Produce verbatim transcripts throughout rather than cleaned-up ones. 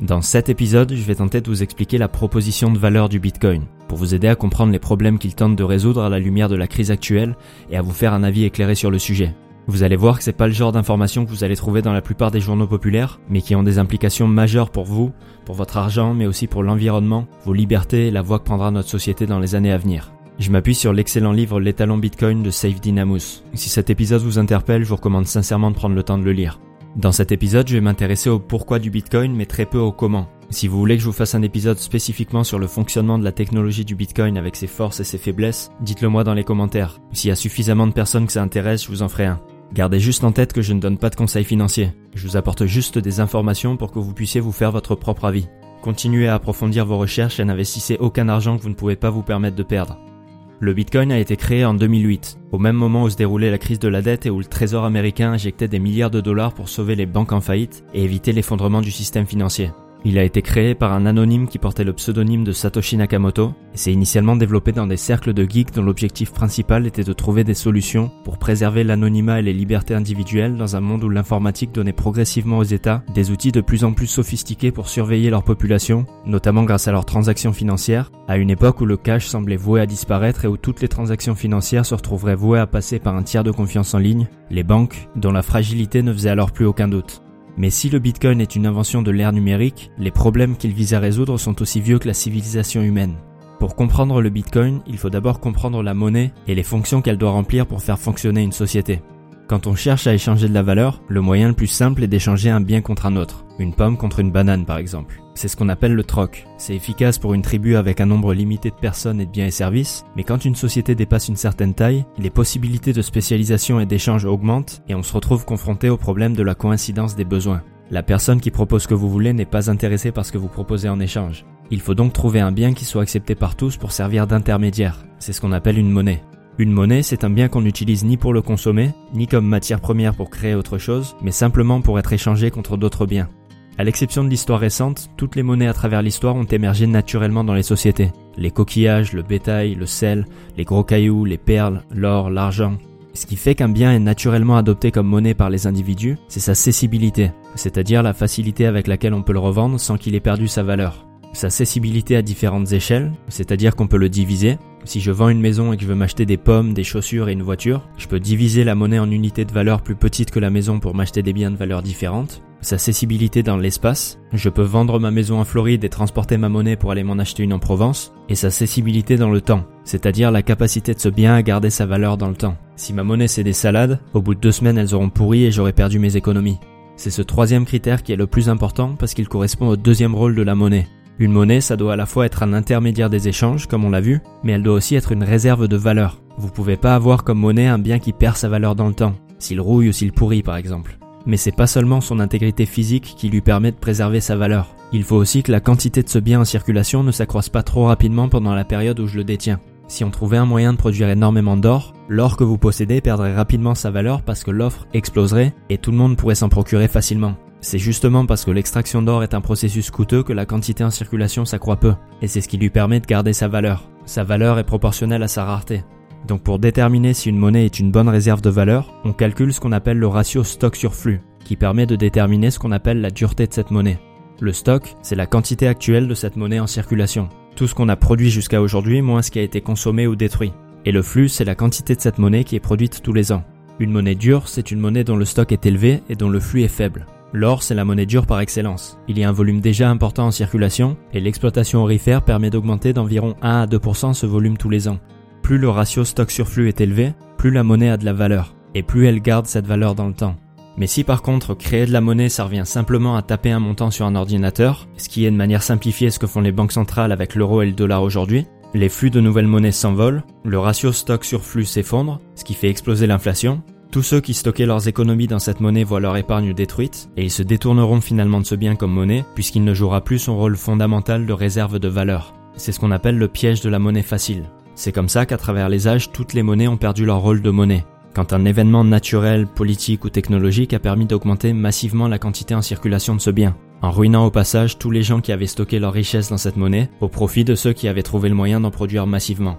Dans cet épisode, je vais tenter de vous expliquer la proposition de valeur du Bitcoin, pour vous aider à comprendre les problèmes qu'il tente de résoudre à la lumière de la crise actuelle et à vous faire un avis éclairé sur le sujet. Vous allez voir que c'est pas le genre d'informations que vous allez trouver dans la plupart des journaux populaires, mais qui ont des implications majeures pour vous, pour votre argent, mais aussi pour l'environnement, vos libertés et la voie que prendra notre société dans les années à venir. Je m'appuie sur l'excellent livre L'étalon Bitcoin de Saif Dinamous. Si cet épisode vous interpelle, je vous recommande sincèrement de prendre le temps de le lire. Dans cet épisode, je vais m'intéresser au pourquoi du Bitcoin, mais très peu au comment. Si vous voulez que je vous fasse un épisode spécifiquement sur le fonctionnement de la technologie du Bitcoin avec ses forces et ses faiblesses, dites-le moi dans les commentaires. S'il y a suffisamment de personnes que ça intéresse, je vous en ferai un. Gardez juste en tête que je ne donne pas de conseils financiers. Je vous apporte juste des informations pour que vous puissiez vous faire votre propre avis. Continuez à approfondir vos recherches et n'investissez aucun argent que vous ne pouvez pas vous permettre de perdre. Le Bitcoin a été créé en deux mille huit, au même moment où se déroulait la crise de la dette et où le Trésor américain injectait des milliards de dollars pour sauver les banques en faillite et éviter l'effondrement du système financier. Il a été créé par un anonyme qui portait le pseudonyme de Satoshi Nakamoto et s'est initialement développé dans des cercles de geeks dont l'objectif principal était de trouver des solutions pour préserver l'anonymat et les libertés individuelles dans un monde où l'informatique donnait progressivement aux États des outils de plus en plus sophistiqués pour surveiller leur population, notamment grâce à leurs transactions financières, à une époque où le cash semblait voué à disparaître et où toutes les transactions financières se retrouveraient vouées à passer par un tiers de confiance en ligne, les banques, dont la fragilité ne faisait alors plus aucun doute. Mais si le Bitcoin est une invention de l'ère numérique, les problèmes qu'il vise à résoudre sont aussi vieux que la civilisation humaine. Pour comprendre le Bitcoin, il faut d'abord comprendre la monnaie et les fonctions qu'elle doit remplir pour faire fonctionner une société. Quand on cherche à échanger de la valeur, le moyen le plus simple est d'échanger un bien contre un autre, une pomme contre une banane par exemple. C'est ce qu'on appelle le troc. C'est efficace pour une tribu avec un nombre limité de personnes et de biens et services, mais quand une société dépasse une certaine taille, les possibilités de spécialisation et d'échange augmentent et on se retrouve confronté au problème de la coïncidence des besoins. La personne qui propose ce que vous voulez n'est pas intéressée par ce que vous proposez en échange. Il faut donc trouver un bien qui soit accepté par tous pour servir d'intermédiaire. C'est ce qu'on appelle une monnaie. Une monnaie, c'est un bien qu'on n'utilise ni pour le consommer, ni comme matière première pour créer autre chose, mais simplement pour être échangé contre d'autres biens. À l'exception de l'histoire récente, toutes les monnaies à travers l'histoire ont émergé naturellement dans les sociétés. Les coquillages, le bétail, le sel, les gros cailloux, les perles, l'or, l'argent. Ce qui fait qu'un bien est naturellement adopté comme monnaie par les individus, c'est sa cessibilité, c'est-à-dire la facilité avec laquelle on peut le revendre sans qu'il ait perdu sa valeur. Sa cessibilité à différentes échelles, c'est-à-dire qu'on peut le diviser. Si je vends une maison et que je veux m'acheter des pommes, des chaussures et une voiture, je peux diviser la monnaie en unités de valeur plus petites que la maison pour m'acheter des biens de valeur différentes. Sa cessibilité dans l'espace, je peux vendre ma maison en Floride et transporter ma monnaie pour aller m'en acheter une en Provence. Et sa cessibilité dans le temps, c'est-à-dire la capacité de ce bien à garder sa valeur dans le temps. Si ma monnaie c'est des salades, au bout de deux semaines elles auront pourri et j'aurai perdu mes économies. C'est ce troisième critère qui est le plus important parce qu'il correspond au deuxième rôle de la monnaie. Une monnaie, ça doit à la fois être un intermédiaire des échanges, comme on l'a vu, mais elle doit aussi être une réserve de valeur. Vous pouvez pas avoir comme monnaie un bien qui perd sa valeur dans le temps, s'il rouille ou s'il pourrit par exemple. Mais c'est pas seulement son intégrité physique qui lui permet de préserver sa valeur. Il faut aussi que la quantité de ce bien en circulation ne s'accroisse pas trop rapidement pendant la période où je le détiens. Si on trouvait un moyen de produire énormément d'or, l'or que vous possédez perdrait rapidement sa valeur parce que l'offre exploserait et tout le monde pourrait s'en procurer facilement. C'est justement parce que l'extraction d'or est un processus coûteux que la quantité en circulation s'accroît peu, et c'est ce qui lui permet de garder sa valeur. Sa valeur est proportionnelle à sa rareté. Donc pour déterminer si une monnaie est une bonne réserve de valeur, on calcule ce qu'on appelle le ratio stock sur flux, qui permet de déterminer ce qu'on appelle la dureté de cette monnaie. Le stock, c'est la quantité actuelle de cette monnaie en circulation. Tout ce qu'on a produit jusqu'à aujourd'hui moins ce qui a été consommé ou détruit. Et le flux, c'est la quantité de cette monnaie qui est produite tous les ans. Une monnaie dure, c'est une monnaie dont le stock est élevé et dont le flux est faible. L'or, c'est la monnaie dure par excellence. Il y a un volume déjà important en circulation et l'exploitation aurifère permet d'augmenter d'environ un à deux pour cent ce volume tous les ans. Plus le ratio stock sur flux est élevé, plus la monnaie a de la valeur et plus elle garde cette valeur dans le temps. Mais si par contre créer de la monnaie ça revient simplement à taper un montant sur un ordinateur, ce qui est de manière simplifiée ce que font les banques centrales avec l'euro et le dollar aujourd'hui, les flux de nouvelles monnaies s'envolent, le ratio stock sur flux s'effondre, ce qui fait exploser l'inflation. Tous ceux qui stockaient leurs économies dans cette monnaie voient leur épargne détruite et ils se détourneront finalement de ce bien comme monnaie puisqu'il ne jouera plus son rôle fondamental de réserve de valeur. C'est ce qu'on appelle le piège de la monnaie facile. C'est comme ça qu'à travers les âges, toutes les monnaies ont perdu leur rôle de monnaie. Quand un événement naturel, politique ou technologique a permis d'augmenter massivement la quantité en circulation de ce bien, en ruinant au passage tous les gens qui avaient stocké leur richesse dans cette monnaie au profit de ceux qui avaient trouvé le moyen d'en produire massivement.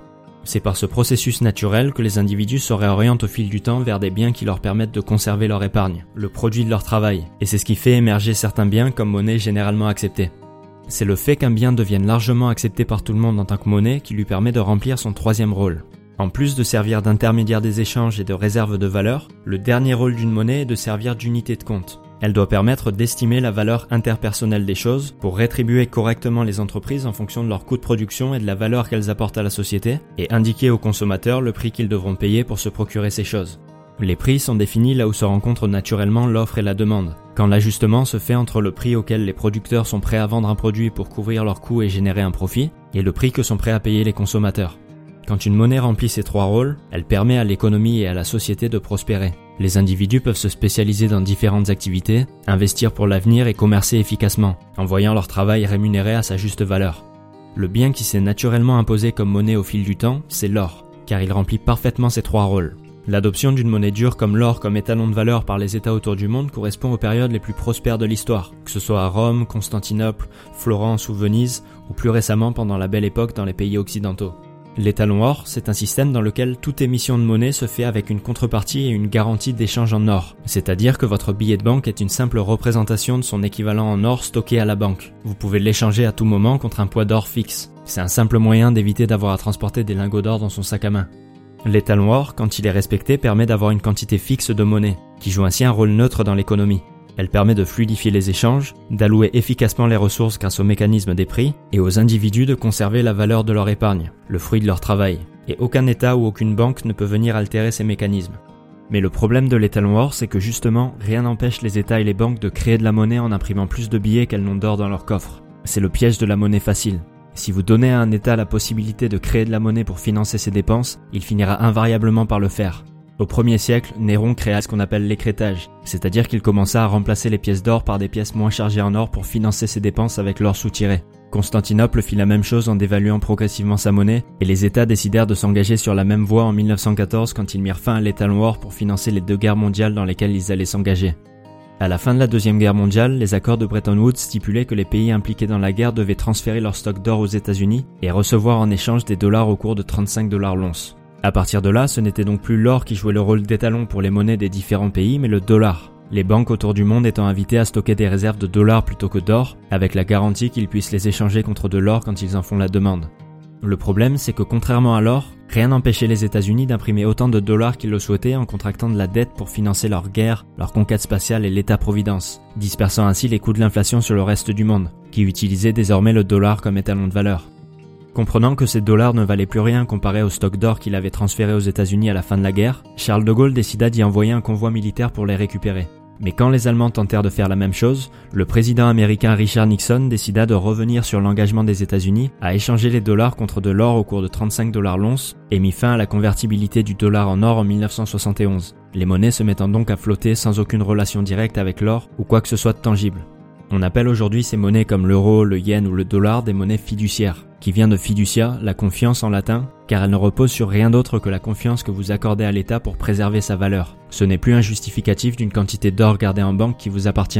C'est par ce processus naturel que les individus se réorientent au fil du temps vers des biens qui leur permettent de conserver leur épargne, le produit de leur travail, et c'est ce qui fait émerger certains biens comme monnaie généralement acceptée. C'est le fait qu'un bien devienne largement accepté par tout le monde en tant que monnaie qui lui permet de remplir son troisième rôle. En plus de servir d'intermédiaire des échanges et de réserve de valeur, le dernier rôle d'une monnaie est de servir d'unité de compte. Elle doit permettre d'estimer la valeur interpersonnelle des choses pour rétribuer correctement les entreprises en fonction de leur coût de production et de la valeur qu'elles apportent à la société et indiquer aux consommateurs le prix qu'ils devront payer pour se procurer ces choses. Les prix sont définis là où se rencontrent naturellement l'offre et la demande, quand l'ajustement se fait entre le prix auquel les producteurs sont prêts à vendre un produit pour couvrir leurs coûts et générer un profit et le prix que sont prêts à payer les consommateurs. Quand une monnaie remplit ces trois rôles, elle permet à l'économie et à la société de prospérer. Les individus peuvent se spécialiser dans différentes activités, investir pour l'avenir et commercer efficacement, en voyant leur travail rémunéré à sa juste valeur. Le bien qui s'est naturellement imposé comme monnaie au fil du temps, c'est l'or, car il remplit parfaitement ces trois rôles. L'adoption d'une monnaie dure comme l'or comme étalon de valeur par les États autour du monde correspond aux périodes les plus prospères de l'histoire, que ce soit à Rome, Constantinople, Florence ou Venise, ou plus récemment pendant la Belle Époque dans les pays occidentaux. L'étalon or, c'est un système dans lequel toute émission de monnaie se fait avec une contrepartie et une garantie d'échange en or. C'est-à-dire que votre billet de banque est une simple représentation de son équivalent en or stocké à la banque. Vous pouvez l'échanger à tout moment contre un poids d'or fixe. C'est un simple moyen d'éviter d'avoir à transporter des lingots d'or dans son sac à main. L'étalon or, quand il est respecté, permet d'avoir une quantité fixe de monnaie, qui joue ainsi un rôle neutre dans l'économie. Elle permet de fluidifier les échanges, d'allouer efficacement les ressources grâce au mécanisme des prix, et aux individus de conserver la valeur de leur épargne, le fruit de leur travail. Et aucun État ou aucune banque ne peut venir altérer ces mécanismes. Mais le problème de l'étalon or, c'est que justement, rien n'empêche les États et les banques de créer de la monnaie en imprimant plus de billets qu'elles n'ont d'or dans leur coffre. C'est le piège de la monnaie facile. Si vous donnez à un État la possibilité de créer de la monnaie pour financer ses dépenses, il finira invariablement par le faire. Au premier siècle, Néron créa ce qu'on appelle l'écrêtage, c'est-à-dire qu'il commença à remplacer les pièces d'or par des pièces moins chargées en or pour financer ses dépenses avec l'or soutiré. Constantinople fit la même chose en dévaluant progressivement sa monnaie, et les États décidèrent de s'engager sur la même voie en mille neuf cent quatorze quand ils mirent fin à l'étalon or pour financer les deux guerres mondiales dans lesquelles ils allaient s'engager. À la fin de la Deuxième Guerre mondiale, les accords de Bretton Woods stipulaient que les pays impliqués dans la guerre devaient transférer leur stock d'or aux États-Unis et recevoir en échange des dollars au cours de trente-cinq dollars l'once. À partir de là, ce n'était donc plus l'or qui jouait le rôle d'étalon pour les monnaies des différents pays, mais le dollar. Les banques autour du monde étant invitées à stocker des réserves de dollars plutôt que d'or, avec la garantie qu'ils puissent les échanger contre de l'or quand ils en font la demande. Le problème, c'est que contrairement à l'or, rien n'empêchait les États-Unis d'imprimer autant de dollars qu'ils le souhaitaient en contractant de la dette pour financer leur guerre, leur conquête spatiale et l'État-providence, dispersant ainsi les coûts de l'inflation sur le reste du monde, qui utilisait désormais le dollar comme étalon de valeur. Comprenant que ces dollars ne valaient plus rien comparé au stock d'or qu'il avait transféré aux États-Unis à la fin de la guerre, Charles de Gaulle décida d'y envoyer un convoi militaire pour les récupérer. Mais quand les Allemands tentèrent de faire la même chose, le président américain Richard Nixon décida de revenir sur l'engagement des États-Unis à échanger les dollars contre de l'or au cours de trente-cinq dollars l'once et mit fin à la convertibilité du dollar en or en mille neuf cent soixante et onze, les monnaies se mettant donc à flotter sans aucune relation directe avec l'or ou quoi que ce soit de tangible. On appelle aujourd'hui ces monnaies comme l'euro, le yen ou le dollar des monnaies fiduciaires, qui vient de fiducia, la confiance en latin, car elle ne repose sur rien d'autre que la confiance que vous accordez à l'État pour préserver sa valeur. Ce n'est plus un justificatif d'une quantité d'or gardée en banque qui vous appartient.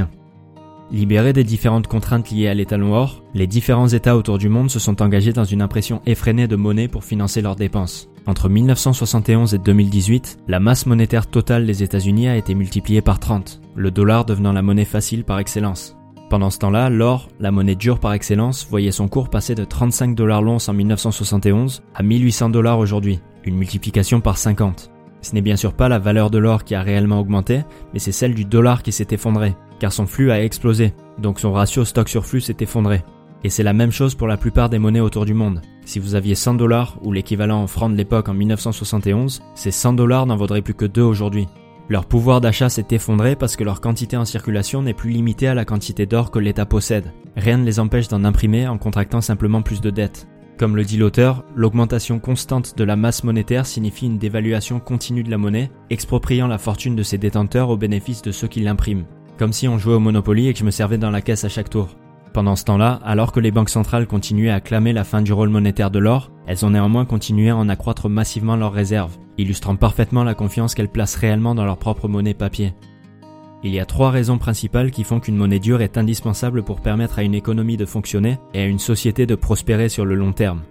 Libérés des différentes contraintes liées à l'étalon or, les différents États autour du monde se sont engagés dans une impression effrénée de monnaie pour financer leurs dépenses. Entre mille neuf cent soixante et onze et deux mille dix-huit, la masse monétaire totale des États-Unis a été multipliée par trente, le dollar devenant la monnaie facile par excellence. Pendant ce temps-là, l'or, la monnaie dure par excellence, voyait son cours passer de trente-cinq dollars l'once en mille neuf cent soixante et onze à mille huit cents dollars aujourd'hui, une multiplication par cinquante. Ce n'est bien sûr pas la valeur de l'or qui a réellement augmenté, mais c'est celle du dollar qui s'est effondrée, car son flux a explosé, donc son ratio stock sur flux s'est effondré. Et c'est la même chose pour la plupart des monnaies autour du monde. Si vous aviez cent dollars, ou l'équivalent en francs de l'époque en mille neuf cent soixante et onze, ces cent dollars n'en vaudraient plus que deux aujourd'hui. Leur pouvoir d'achat s'est effondré parce que leur quantité en circulation n'est plus limitée à la quantité d'or que l'État possède. Rien ne les empêche d'en imprimer en contractant simplement plus de dettes. Comme le dit l'auteur, l'augmentation constante de la masse monétaire signifie une dévaluation continue de la monnaie, expropriant la fortune de ses détenteurs au bénéfice de ceux qui l'impriment. Comme si on jouait au Monopoly et que je me servais dans la caisse à chaque tour. Pendant ce temps-là, alors que les banques centrales continuaient à clamer la fin du rôle monétaire de l'or, elles ont néanmoins continué à en accroître massivement leurs réserves, illustrant parfaitement la confiance qu'elles placent réellement dans leur propre monnaie papier. Il y a trois raisons principales qui font qu'une monnaie dure est indispensable pour permettre à une économie de fonctionner et à une société de prospérer sur le long terme.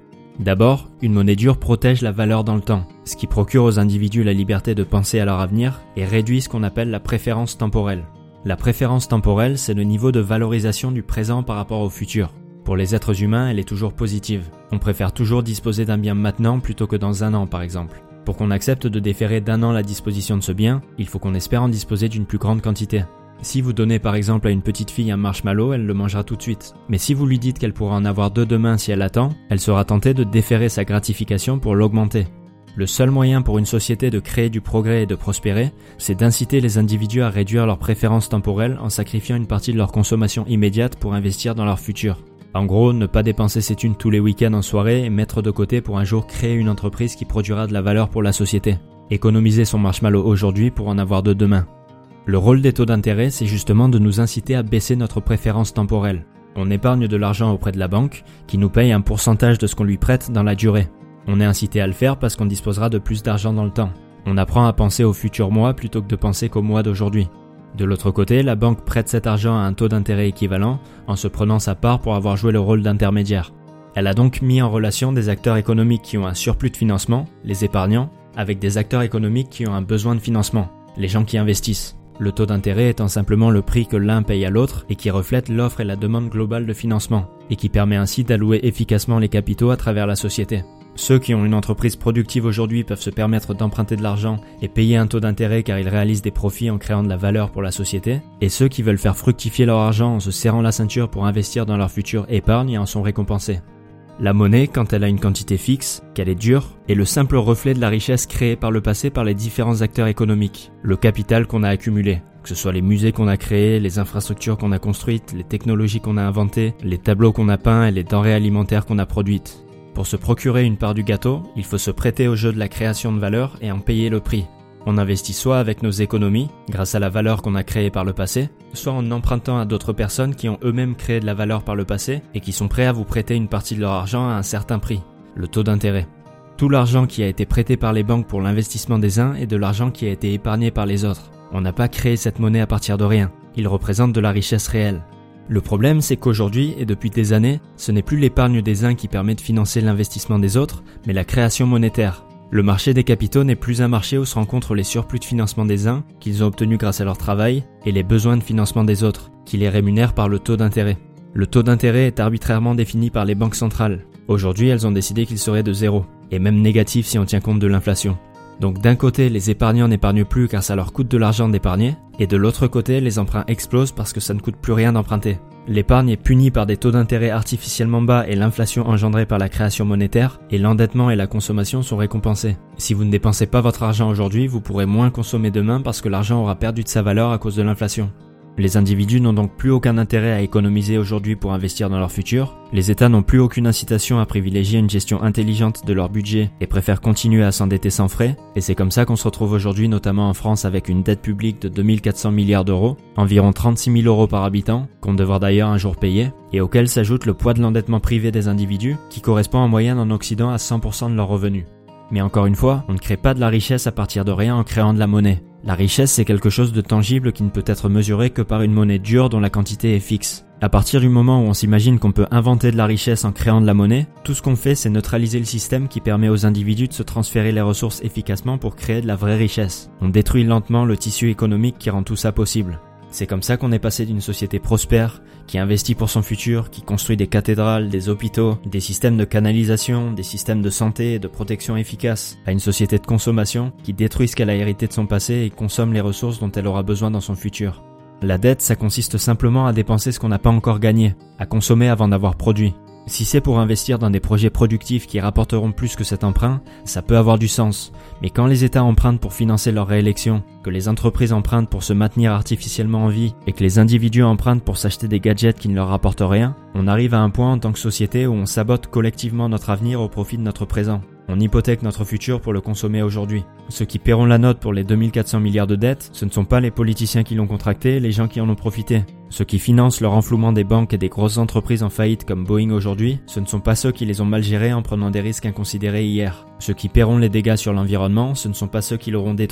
D'abord, une monnaie dure protège la valeur dans le temps, ce qui procure aux individus la liberté de penser à leur avenir et réduit ce qu'on appelle la préférence temporelle. La préférence temporelle, c'est le niveau de valorisation du présent par rapport au futur. Pour les êtres humains, elle est toujours positive. On préfère toujours disposer d'un bien maintenant plutôt que dans un an, par exemple. Pour qu'on accepte de déférer d'un an la disposition de ce bien, il faut qu'on espère en disposer d'une plus grande quantité. Si vous donnez par exemple à une petite fille un marshmallow, elle le mangera tout de suite. Mais si vous lui dites qu'elle pourra en avoir deux demain si elle attend, elle sera tentée de déférer sa gratification pour l'augmenter. Le seul moyen pour une société de créer du progrès et de prospérer, c'est d'inciter les individus à réduire leurs préférences temporelles en sacrifiant une partie de leur consommation immédiate pour investir dans leur futur. En gros, ne pas dépenser ses thunes tous les week-ends en soirée et mettre de côté pour un jour créer une entreprise qui produira de la valeur pour la société. Économiser son marshmallow aujourd'hui pour en avoir deux demain. Le rôle des taux d'intérêt, c'est justement de nous inciter à baisser notre préférence temporelle. On épargne de l'argent auprès de la banque, qui nous paye un pourcentage de ce qu'on lui prête dans la durée. On est incité à le faire parce qu'on disposera de plus d'argent dans le temps. On apprend à penser au futur mois plutôt que de penser qu'au mois d'aujourd'hui. De l'autre côté, la banque prête cet argent à un taux d'intérêt équivalent en se prenant sa part pour avoir joué le rôle d'intermédiaire. Elle a donc mis en relation des acteurs économiques qui ont un surplus de financement, les épargnants, avec des acteurs économiques qui ont un besoin de financement, les gens qui investissent. Le taux d'intérêt étant simplement le prix que l'un paye à l'autre et qui reflète l'offre et la demande globale de financement, et qui permet ainsi d'allouer efficacement les capitaux à travers la société. Ceux qui ont une entreprise productive aujourd'hui peuvent se permettre d'emprunter de l'argent et payer un taux d'intérêt car ils réalisent des profits en créant de la valeur pour la société, et ceux qui veulent faire fructifier leur argent en se serrant la ceinture pour investir dans leur future épargne en sont récompensés. La monnaie, quand elle a une quantité fixe, qu'elle est dure, est le simple reflet de la richesse créée par le passé par les différents acteurs économiques, le capital qu'on a accumulé, que ce soit les musées qu'on a créés, les infrastructures qu'on a construites, les technologies qu'on a inventées, les tableaux qu'on a peints et les denrées alimentaires qu'on a produites. Pour se procurer une part du gâteau, il faut se prêter au jeu de la création de valeur et en payer le prix. On investit soit avec nos économies, grâce à la valeur qu'on a créée par le passé, soit en empruntant à d'autres personnes qui ont eux-mêmes créé de la valeur par le passé et qui sont prêts à vous prêter une partie de leur argent à un certain prix, le taux d'intérêt. Tout l'argent qui a été prêté par les banques pour l'investissement des uns est de l'argent qui a été épargné par les autres. On n'a pas créé cette monnaie à partir de rien. Il représente de la richesse réelle. Le problème, c'est qu'aujourd'hui, et depuis des années, ce n'est plus l'épargne des uns qui permet de financer l'investissement des autres, mais la création monétaire. Le marché des capitaux n'est plus un marché où se rencontrent les surplus de financement des uns, qu'ils ont obtenus grâce à leur travail, et les besoins de financement des autres, qui les rémunèrent par le taux d'intérêt. Le taux d'intérêt est arbitrairement défini par les banques centrales. Aujourd'hui, elles ont décidé qu'il serait de zéro, et même négatif si on tient compte de l'inflation. Donc d'un côté, les épargnants n'épargnent plus car ça leur coûte de l'argent d'épargner, et de l'autre côté, les emprunts explosent parce que ça ne coûte plus rien d'emprunter. L'épargne est punie par des taux d'intérêt artificiellement bas et l'inflation engendrée par la création monétaire, et l'endettement et la consommation sont récompensés. Si vous ne dépensez pas votre argent aujourd'hui, vous pourrez moins consommer demain parce que l'argent aura perdu de sa valeur à cause de l'inflation. Les individus n'ont donc plus aucun intérêt à économiser aujourd'hui pour investir dans leur futur, les États n'ont plus aucune incitation à privilégier une gestion intelligente de leur budget et préfèrent continuer à s'endetter sans frais, et c'est comme ça qu'on se retrouve aujourd'hui notamment en France avec une dette publique de deux mille quatre cents milliards d'euros, environ trente-six mille euros par habitant, qu'on devra d'ailleurs un jour payer, et auquel s'ajoute le poids de l'endettement privé des individus, qui correspond en moyenne en Occident à cent pour cent de leurs revenus. Mais encore une fois, on ne crée pas de la richesse à partir de rien en créant de la monnaie. La richesse, c'est quelque chose de tangible qui ne peut être mesuré que par une monnaie dure dont la quantité est fixe. À partir du moment où on s'imagine qu'on peut inventer de la richesse en créant de la monnaie, tout ce qu'on fait, c'est neutraliser le système qui permet aux individus de se transférer les ressources efficacement pour créer de la vraie richesse. On détruit lentement le tissu économique qui rend tout ça possible. C'est comme ça qu'on est passé d'une société prospère, qui investit pour son futur, qui construit des cathédrales, des hôpitaux, des systèmes de canalisation, des systèmes de santé et de protection efficaces, à une société de consommation qui détruit ce qu'elle a hérité de son passé et consomme les ressources dont elle aura besoin dans son futur. La dette, ça consiste simplement à dépenser ce qu'on n'a pas encore gagné, à consommer avant d'avoir produit. Si c'est pour investir dans des projets productifs qui rapporteront plus que cet emprunt, ça peut avoir du sens. Mais quand les États empruntent pour financer leur réélection, que les entreprises empruntent pour se maintenir artificiellement en vie et que les individus empruntent pour s'acheter des gadgets qui ne leur rapportent rien, on arrive à un point en tant que société où on sabote collectivement notre avenir au profit de notre présent. On hypothèque notre futur pour le consommer aujourd'hui. Ceux qui paieront la note pour les deux mille quatre cents milliards de dettes, ce ne sont pas les politiciens qui l'ont contracté, les gens qui en ont profité. Ceux qui financent le renflouement des banques et des grosses entreprises en faillite comme Boeing aujourd'hui, ce ne sont pas ceux qui les ont mal gérés en prenant des risques inconsidérés hier. Ceux qui paieront les dégâts sur l'environnement, ce ne sont pas ceux qui l'auront détruit.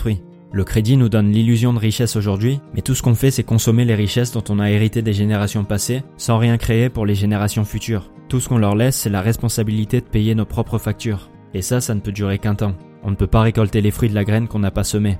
Le crédit nous donne l'illusion de richesse aujourd'hui, mais tout ce qu'on fait c'est consommer les richesses dont on a hérité des générations passées, sans rien créer pour les générations futures. Tout ce qu'on leur laisse c'est la responsabilité de payer nos propres factures. Et ça, ça ne peut durer qu'un temps. On ne peut pas récolter les fruits de la graine qu'on n'a pas semée.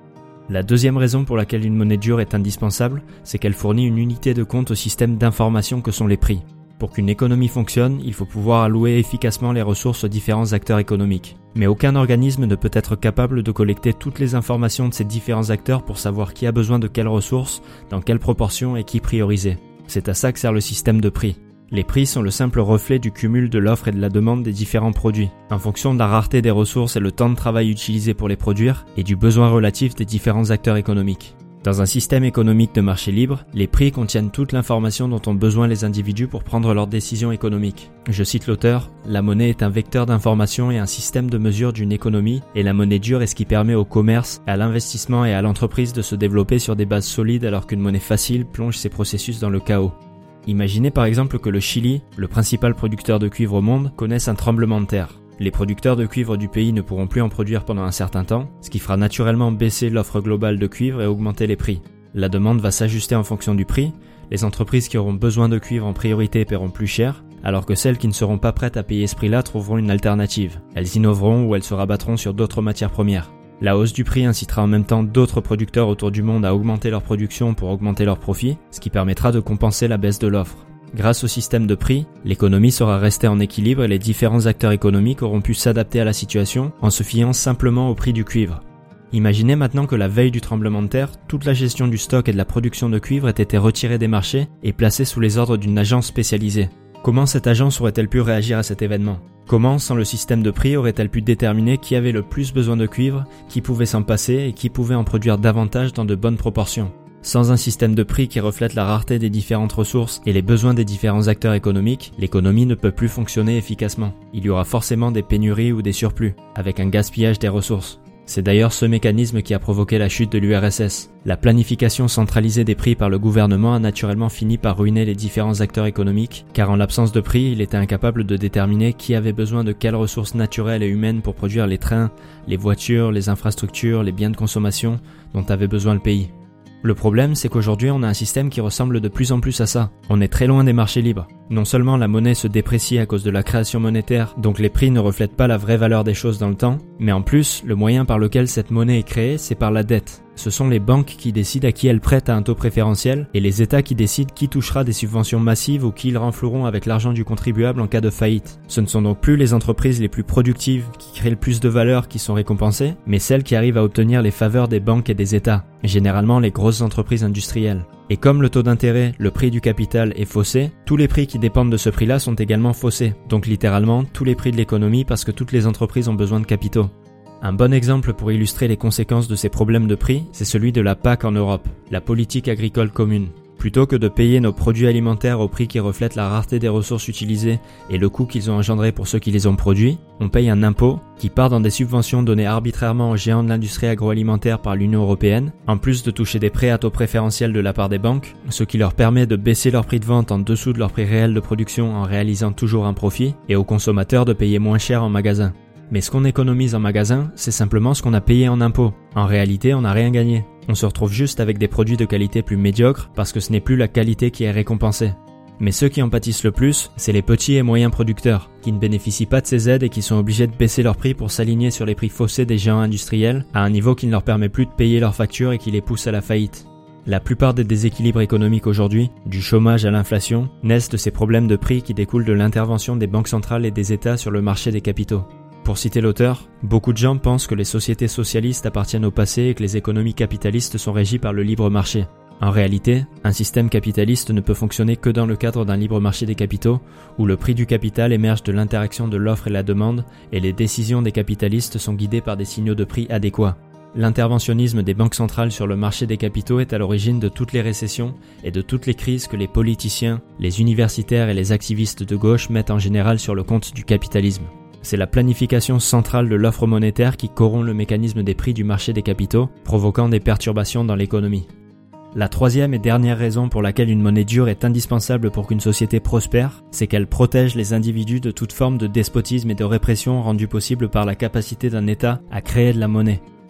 La deuxième raison pour laquelle une monnaie dure est indispensable, c'est qu'elle fournit une unité de compte au système d'information que sont les prix. Pour qu'une économie fonctionne, il faut pouvoir allouer efficacement les ressources aux différents acteurs économiques. Mais aucun organisme ne peut être capable de collecter toutes les informations de ces différents acteurs pour savoir qui a besoin de quelles ressources, dans quelle proportion et qui prioriser. C'est à ça que sert le système de prix. Les prix sont le simple reflet du cumul de l'offre et de la demande des différents produits, en fonction de la rareté des ressources et le temps de travail utilisé pour les produire, et du besoin relatif des différents acteurs économiques. Dans un système économique de marché libre, les prix contiennent toute l'information dont ont besoin les individus pour prendre leurs décisions économiques. Je cite l'auteur, « La monnaie est un vecteur d'information et un système de mesure d'une économie, et la monnaie dure est ce qui permet au commerce, à l'investissement et à l'entreprise de se développer sur des bases solides alors qu'une monnaie facile plonge ces processus dans le chaos. » Imaginez par exemple que le Chili, le principal producteur de cuivre au monde, connaisse un tremblement de terre. Les producteurs de cuivre du pays ne pourront plus en produire pendant un certain temps, ce qui fera naturellement baisser l'offre globale de cuivre et augmenter les prix. La demande va s'ajuster en fonction du prix, les entreprises qui auront besoin de cuivre en priorité paieront plus cher, alors que celles qui ne seront pas prêtes à payer ce prix-là trouveront une alternative. Elles innoveront ou elles se rabattront sur d'autres matières premières. La hausse du prix incitera en même temps d'autres producteurs autour du monde à augmenter leur production pour augmenter leurs profits, ce qui permettra de compenser la baisse de l'offre. Grâce au système de prix, l'économie sera restée en équilibre et les différents acteurs économiques auront pu s'adapter à la situation en se fiant simplement au prix du cuivre. Imaginez maintenant que la veille du tremblement de terre, toute la gestion du stock et de la production de cuivre ait été retirée des marchés et placée sous les ordres d'une agence spécialisée. Comment cette agence aurait-elle pu réagir à cet événement ? Comment, sans le système de prix, aurait-elle pu déterminer qui avait le plus besoin de cuivre, qui pouvait s'en passer et qui pouvait en produire davantage dans de bonnes proportions ? Sans un système de prix qui reflète la rareté des différentes ressources et les besoins des différents acteurs économiques, l'économie ne peut plus fonctionner efficacement. Il y aura forcément des pénuries ou des surplus, avec un gaspillage des ressources. C'est d'ailleurs ce mécanisme qui a provoqué la chute de l'U R S S. La planification centralisée des prix par le gouvernement a naturellement fini par ruiner les différents acteurs économiques, car en l'absence de prix, il était incapable de déterminer qui avait besoin de quelles ressources naturelles et humaines pour produire les trains, les voitures, les infrastructures, les biens de consommation dont avait besoin le pays. Le problème, c'est qu'aujourd'hui, on a un système qui ressemble de plus en plus à ça. On est très loin des marchés libres. Non seulement la monnaie se déprécie à cause de la création monétaire, donc les prix ne reflètent pas la vraie valeur des choses dans le temps, mais en plus, le moyen par lequel cette monnaie est créée, c'est par la dette. Ce sont les banques qui décident à qui elles prêtent à un taux préférentiel et les États qui décident qui touchera des subventions massives ou qui ils renfloueront avec l'argent du contribuable en cas de faillite. Ce ne sont donc plus les entreprises les plus productives qui créent le plus de valeur qui sont récompensées, mais celles qui arrivent à obtenir les faveurs des banques et des États, généralement les grosses entreprises industrielles. Et comme le taux d'intérêt, le prix du capital est faussé, tous les prix qui dépendent de ce prix-là sont également faussés. Donc littéralement, tous les prix de l'économie parce que toutes les entreprises ont besoin de capitaux. Un bon exemple pour illustrer les conséquences de ces problèmes de prix, c'est celui de la P A C en Europe, la politique agricole commune. Plutôt que de payer nos produits alimentaires au prix qui reflète la rareté des ressources utilisées et le coût qu'ils ont engendré pour ceux qui les ont produits, on paye un impôt qui part dans des subventions données arbitrairement aux géants de l'industrie agroalimentaire par l'Union européenne, en plus de toucher des prêts à taux préférentiels de la part des banques, ce qui leur permet de baisser leur prix de vente en dessous de leur prix réel de production en réalisant toujours un profit, et aux consommateurs de payer moins cher en magasin. Mais ce qu'on économise en magasin, c'est simplement ce qu'on a payé en impôts. En réalité, on n'a rien gagné. On se retrouve juste avec des produits de qualité plus médiocre parce que ce n'est plus la qualité qui est récompensée. Mais ceux qui en pâtissent le plus, c'est les petits et moyens producteurs, qui ne bénéficient pas de ces aides et qui sont obligés de baisser leurs prix pour s'aligner sur les prix faussés des géants industriels, à un niveau qui ne leur permet plus de payer leurs factures et qui les pousse à la faillite. La plupart des déséquilibres économiques aujourd'hui, du chômage à l'inflation, naissent de ces problèmes de prix qui découlent de l'intervention des banques centrales et des États sur le marché des capitaux. Pour citer l'auteur, beaucoup de gens pensent que les sociétés socialistes appartiennent au passé et que les économies capitalistes sont régies par le libre marché. En réalité, un système capitaliste ne peut fonctionner que dans le cadre d'un libre marché des capitaux, où le prix du capital émerge de l'interaction de l'offre et la demande, et les décisions des capitalistes sont guidées par des signaux de prix adéquats. L'interventionnisme des banques centrales sur le marché des capitaux est à l'origine de toutes les récessions et de toutes les crises que les politiciens, les universitaires et les activistes de gauche mettent en général sur le compte du capitalisme. C'est la planification centrale de l'offre monétaire qui corrompt le mécanisme des prix du marché des capitaux, provoquant des perturbations dans l'économie. La troisième et dernière raison pour laquelle une monnaie dure est indispensable pour qu'une société prospère, c'est qu'elle protège les individus de toute forme de despotisme et de répression rendue possible par la capacité d'un État à créer de la monnaie.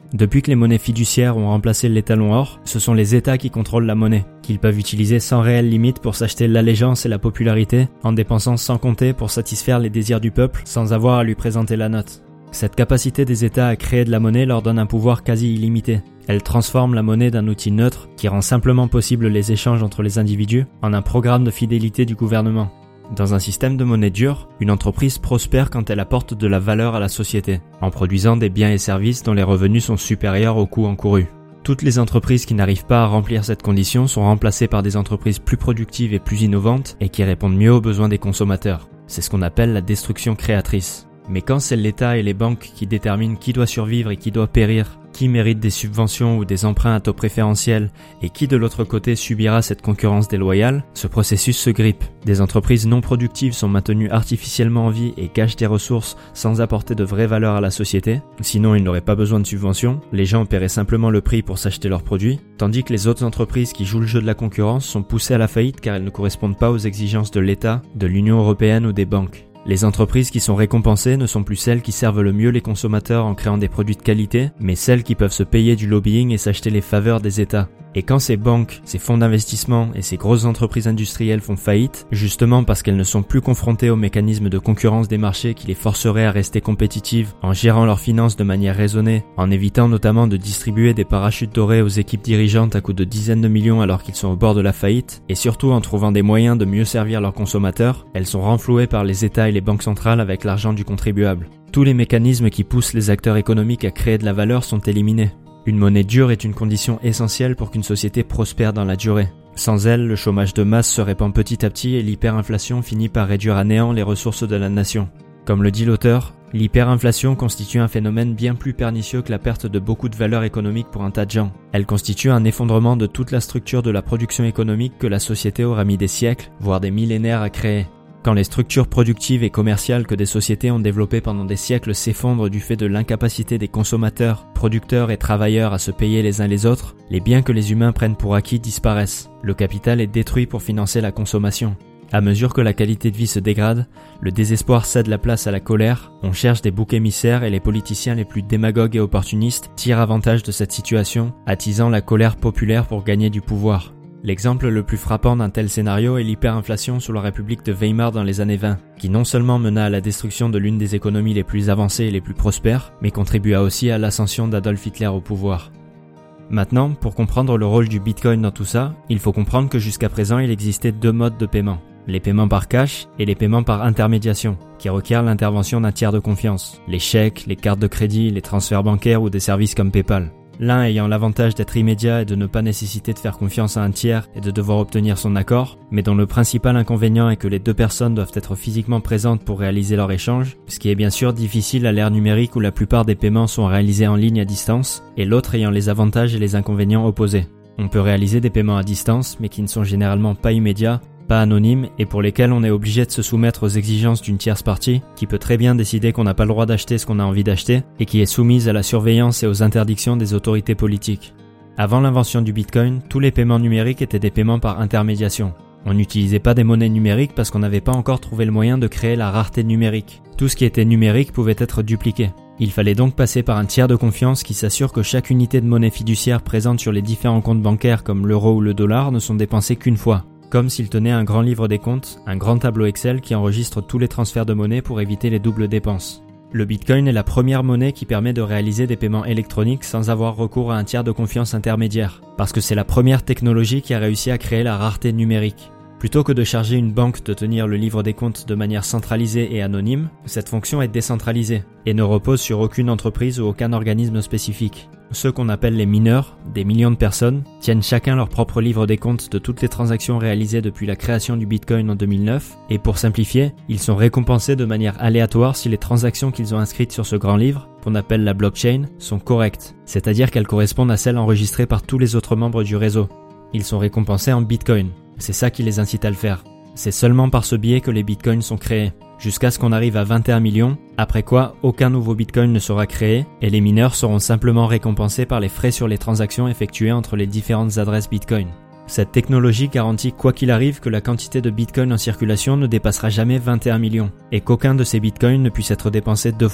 Depuis que les monnaies fiduciaires ont remplacé l'étalon or, ce sont les États qui contrôlent la monnaie, qu'ils peuvent utiliser sans réelle limite pour s'acheter l'allégeance et la popularité, en dépensant sans compter pour satisfaire les désirs du peuple sans avoir à lui présenter la note. Cette capacité des États à créer de la monnaie leur donne un pouvoir quasi illimité. Elle transforme la monnaie d'un outil neutre, qui rend simplement possible les échanges entre les individus, en un programme de fidélité du gouvernement. Dans un système de monnaie dure, une entreprise prospère quand elle apporte de la valeur à la société, en produisant des biens et services dont les revenus sont supérieurs aux coûts encourus. Toutes les entreprises qui n'arrivent pas à remplir cette condition sont remplacées par des entreprises plus productives et plus innovantes et qui répondent mieux aux besoins des consommateurs. C'est ce qu'on appelle la destruction créatrice. Mais quand c'est l'État et les banques qui déterminent qui doit survivre et qui doit périr, qui mérite des subventions ou des emprunts à taux préférentiels et qui de l'autre côté subira cette concurrence déloyale, ce processus se grippe. Des entreprises non productives sont maintenues artificiellement en vie et cachent des ressources sans apporter de vraie valeur à la société, sinon ils n'auraient pas besoin de subventions, les gens paieraient simplement le prix pour s'acheter leurs produits, tandis que les autres entreprises qui jouent le jeu de la concurrence sont poussées à la faillite car elles ne correspondent pas aux exigences de l'État, de l'Union européenne ou des banques. Les entreprises qui sont récompensées ne sont plus celles qui servent le mieux les consommateurs en créant des produits de qualité, mais celles qui peuvent se payer du lobbying et s'acheter les faveurs des États. Et quand ces banques, ces fonds d'investissement et ces grosses entreprises industrielles font faillite, justement parce qu'elles ne sont plus confrontées aux mécanismes de concurrence des marchés qui les forceraient à rester compétitives en gérant leurs finances de manière raisonnée, en évitant notamment de distribuer des parachutes dorés aux équipes dirigeantes à coût de dizaines de millions alors qu'ils sont au bord de la faillite, et surtout en trouvant des moyens de mieux servir leurs consommateurs, elles sont renflouées par les États et les banques centrales avec l'argent du contribuable. Tous les mécanismes qui poussent les acteurs économiques à créer de la valeur sont éliminés. Une monnaie dure est une condition essentielle pour qu'une société prospère dans la durée. Sans elle, le chômage de masse se répand petit à petit et l'hyperinflation finit par réduire à néant les ressources de la nation. Comme le dit l'auteur, l'hyperinflation constitue un phénomène bien plus pernicieux que la perte de beaucoup de valeur économique pour un tas de gens. Elle constitue un effondrement de toute la structure de la production économique que la société aura mis des siècles, voire des millénaires à créer. Quand les structures productives et commerciales que des sociétés ont développées pendant des siècles s'effondrent du fait de l'incapacité des consommateurs, producteurs et travailleurs à se payer les uns les autres, les biens que les humains prennent pour acquis disparaissent. Le capital est détruit pour financer la consommation. À mesure que la qualité de vie se dégrade, le désespoir cède la place à la colère, on cherche des boucs émissaires et les politiciens les plus démagogues et opportunistes tirent avantage de cette situation, attisant la colère populaire pour gagner du pouvoir. L'exemple le plus frappant d'un tel scénario est l'hyperinflation sous la République de Weimar dans les années vingt, qui non seulement mena à la destruction de l'une des économies les plus avancées et les plus prospères, mais contribua aussi à l'ascension d'Adolf Hitler au pouvoir. Maintenant, pour comprendre le rôle du Bitcoin dans tout ça, il faut comprendre que jusqu'à présent il existait deux modes de paiement. Les paiements par cash et les paiements par intermédiation, qui requièrent l'intervention d'un tiers de confiance, les chèques, les cartes de crédit, les transferts bancaires ou des services comme PayPal. L'un ayant l'avantage d'être immédiat et de ne pas nécessiter de faire confiance à un tiers et de devoir obtenir son accord, mais dont le principal inconvénient est que les deux personnes doivent être physiquement présentes pour réaliser leur échange, ce qui est bien sûr difficile à l'ère numérique où la plupart des paiements sont réalisés en ligne à distance, et l'autre ayant les avantages et les inconvénients opposés. On peut réaliser des paiements à distance, mais qui ne sont généralement pas immédiats, pas anonymes et pour lesquels on est obligé de se soumettre aux exigences d'une tierce partie qui peut très bien décider qu'on n'a pas le droit d'acheter ce qu'on a envie d'acheter et qui est soumise à la surveillance et aux interdictions des autorités politiques. Avant l'invention du Bitcoin, tous les paiements numériques étaient des paiements par intermédiation. On n'utilisait pas des monnaies numériques parce qu'on n'avait pas encore trouvé le moyen de créer la rareté numérique. Tout ce qui était numérique pouvait être dupliqué. Il fallait donc passer par un tiers de confiance qui s'assure que chaque unité de monnaie fiduciaire présente sur les différents comptes bancaires comme l'euro ou le dollar ne sont dépensées qu'une fois. Comme s'il tenait un grand livre des comptes, un grand tableau Excel qui enregistre tous les transferts de monnaie pour éviter les doubles dépenses. Le Bitcoin est la première monnaie qui permet de réaliser des paiements électroniques sans avoir recours à un tiers de confiance intermédiaire, parce que c'est la première technologie qui a réussi à créer la rareté numérique. Plutôt que de charger une banque de tenir le livre des comptes de manière centralisée et anonyme, cette fonction est décentralisée et ne repose sur aucune entreprise ou aucun organisme spécifique. Ceux qu'on appelle les mineurs, des millions de personnes, tiennent chacun leur propre livre des comptes de toutes les transactions réalisées depuis la création du Bitcoin en deux mille neuf, et pour simplifier, ils sont récompensés de manière aléatoire si les transactions qu'ils ont inscrites sur ce grand livre, qu'on appelle la blockchain, sont correctes, c'est-à-dire qu'elles correspondent à celles enregistrées par tous les autres membres du réseau. Ils sont récompensés en Bitcoin. C'est ça qui les incite à le faire. C'est seulement par ce biais que les bitcoins sont créés, jusqu'à ce qu'on arrive à vingt et un millions, après quoi aucun nouveau bitcoin ne sera créé et les mineurs seront simplement récompensés par les frais sur les transactions effectuées entre les différentes adresses bitcoin. Cette technologie garantit quoi qu'il arrive que la quantité de bitcoin en circulation ne dépassera jamais vingt et un millions et qu'aucun de ces bitcoins ne puisse être dépensé deux fois.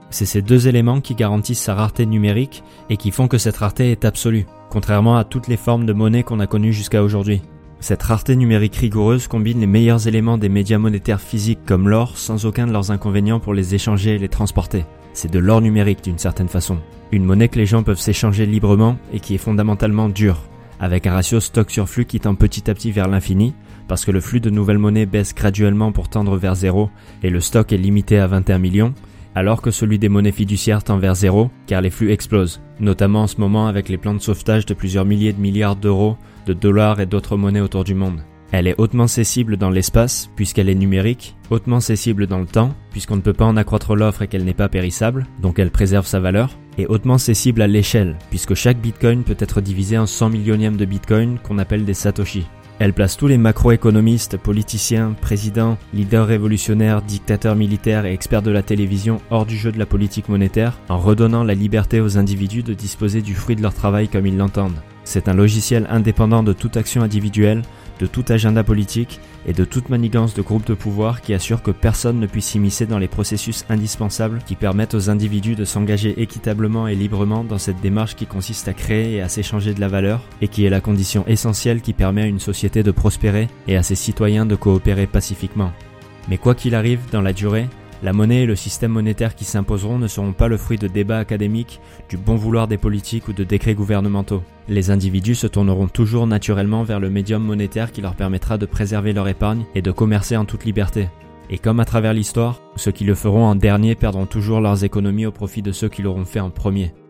C'est ces deux éléments qui garantissent sa rareté numérique et qui font que cette rareté est absolue, contrairement à toutes les formes de monnaie qu'on a connues jusqu'à aujourd'hui. Cette rareté numérique rigoureuse combine les meilleurs éléments des médias monétaires physiques comme l'or sans aucun de leurs inconvénients pour les échanger et les transporter. C'est de l'or numérique d'une certaine façon. Une monnaie que les gens peuvent s'échanger librement et qui est fondamentalement dure, avec un ratio stock sur flux qui tend petit à petit vers l'infini, parce que le flux de nouvelles monnaies baisse graduellement pour tendre vers zéro et le stock est limité à vingt et un millions, alors que celui des monnaies fiduciaires tend vers zéro car les flux explosent, notamment en ce moment avec les plans de sauvetage de plusieurs milliers de milliards d'euros, de dollars et d'autres monnaies autour du monde. Elle est hautement cessible dans l'espace puisqu'elle est numérique, hautement cessible dans le temps puisqu'on ne peut pas en accroître l'offre et qu'elle n'est pas périssable, donc elle préserve sa valeur, et hautement cessible à l'échelle puisque chaque bitcoin peut être divisé en cent millionièmes de bitcoins qu'on appelle des satoshi. Elle place tous les macroéconomistes, politiciens, présidents, leaders révolutionnaires, dictateurs militaires et experts de la télévision hors du jeu de la politique monétaire en redonnant la liberté aux individus de disposer du fruit de leur travail comme ils l'entendent. C'est un logiciel indépendant de toute action individuelle, de tout agenda politique et de toute manigance de groupes de pouvoir qui assure que personne ne puisse s'immiscer dans les processus indispensables qui permettent aux individus de s'engager équitablement et librement dans cette démarche qui consiste à créer et à s'échanger de la valeur et qui est la condition essentielle qui permet à une société de prospérer et à ses citoyens de coopérer pacifiquement. Mais quoi qu'il arrive, dans la durée, la monnaie et le système monétaire qui s'imposeront ne seront pas le fruit de débats académiques, du bon vouloir des politiques ou de décrets gouvernementaux. Les individus se tourneront toujours naturellement vers le médium monétaire qui leur permettra de préserver leur épargne et de commercer en toute liberté. Et comme à travers l'histoire, ceux qui le feront en dernier perdront toujours leurs économies au profit de ceux qui l'auront fait en premier.